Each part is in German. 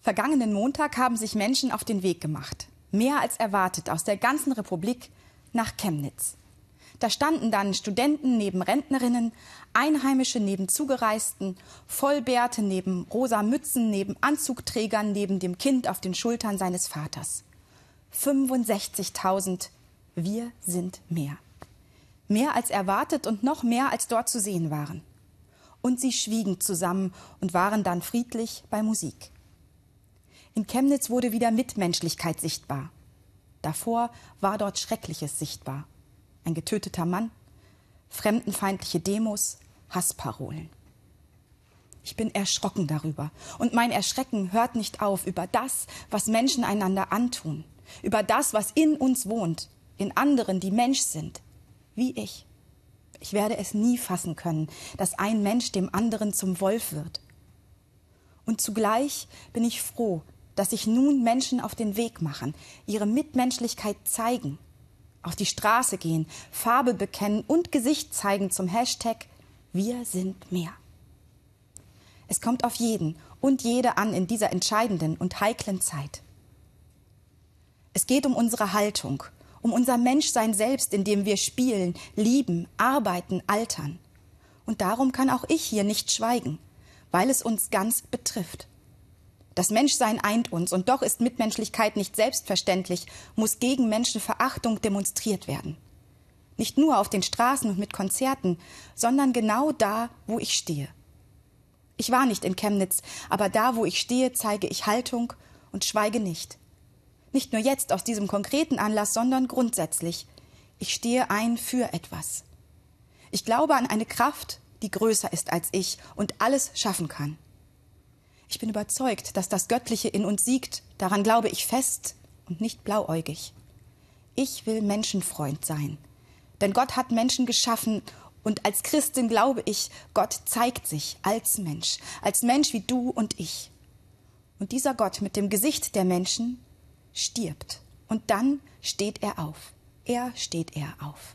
Vergangenen Montag haben sich Menschen auf den Weg gemacht, mehr als erwartet, aus der ganzen Republik nach Chemnitz. Da standen dann Studenten neben Rentnerinnen, Einheimische neben Zugereisten, Vollbärte neben rosa Mützen, neben Anzugträgern, neben dem Kind auf den Schultern seines Vaters. 65.000, wir sind mehr. Mehr als erwartet und noch mehr als dort zu sehen waren. Und sie schwiegen zusammen und waren dann friedlich bei Musik. In Chemnitz wurde wieder Mitmenschlichkeit sichtbar. Davor war dort Schreckliches sichtbar. Ein getöteter Mann, fremdenfeindliche Demos, Hassparolen. Ich bin erschrocken darüber. Und mein Erschrecken hört nicht auf über das, was Menschen einander antun. Über das, was in uns wohnt, in anderen, die Mensch sind, wie ich. Ich werde es nie fassen können, dass ein Mensch dem anderen zum Wolf wird. Und zugleich bin ich froh, dass sich nun Menschen auf den Weg machen, ihre Mitmenschlichkeit zeigen, auf die Straße gehen, Farbe bekennen und Gesicht zeigen zum Hashtag Wir sind mehr. Es kommt auf jeden und jede an in dieser entscheidenden und heiklen Zeit. Es geht um unsere Haltung, um unser Menschsein selbst, in dem wir spielen, lieben, arbeiten, altern. Und darum kann auch ich hier nicht schweigen, weil es uns ganz betrifft. Das Menschsein eint uns, und doch ist Mitmenschlichkeit nicht selbstverständlich, muss gegen Menschenverachtung demonstriert werden. Nicht nur auf den Straßen und mit Konzerten, sondern genau da, wo ich stehe. Ich war nicht in Chemnitz, aber da, wo ich stehe, zeige ich Haltung und schweige nicht. Nicht nur jetzt aus diesem konkreten Anlass, sondern grundsätzlich. Ich stehe ein für etwas. Ich glaube an eine Kraft, die größer ist als ich und alles schaffen kann. Ich bin überzeugt, dass das Göttliche in uns siegt. Daran glaube ich fest und nicht blauäugig. Ich will Menschenfreund sein. Denn Gott hat Menschen geschaffen. Und als Christin glaube ich, Gott zeigt sich als Mensch wie du und ich. Und dieser Gott mit dem Gesicht der Menschen stirbt. Und dann steht er auf. Steht auf.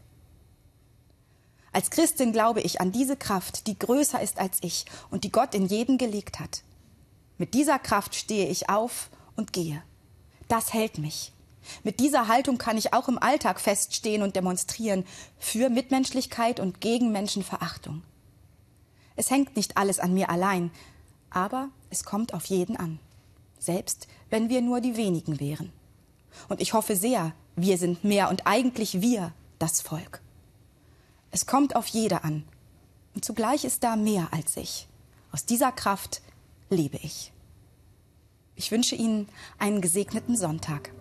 Als Christin glaube ich an diese Kraft, die größer ist als ich und die Gott in jeden gelegt hat. Mit dieser Kraft stehe ich auf und gehe. Das hält mich. Mit dieser Haltung kann ich auch im Alltag feststehen und demonstrieren für Mitmenschlichkeit und gegen Menschenverachtung. Es hängt nicht alles an mir allein, aber es kommt auf jeden an. Selbst wenn wir nur die wenigen wären. Und ich hoffe sehr, wir sind mehr und eigentlich wir, das Volk. Es kommt auf jede an. Und zugleich ist da mehr als ich. Aus dieser Kraft lebe ich. Ich wünsche Ihnen einen gesegneten Sonntag.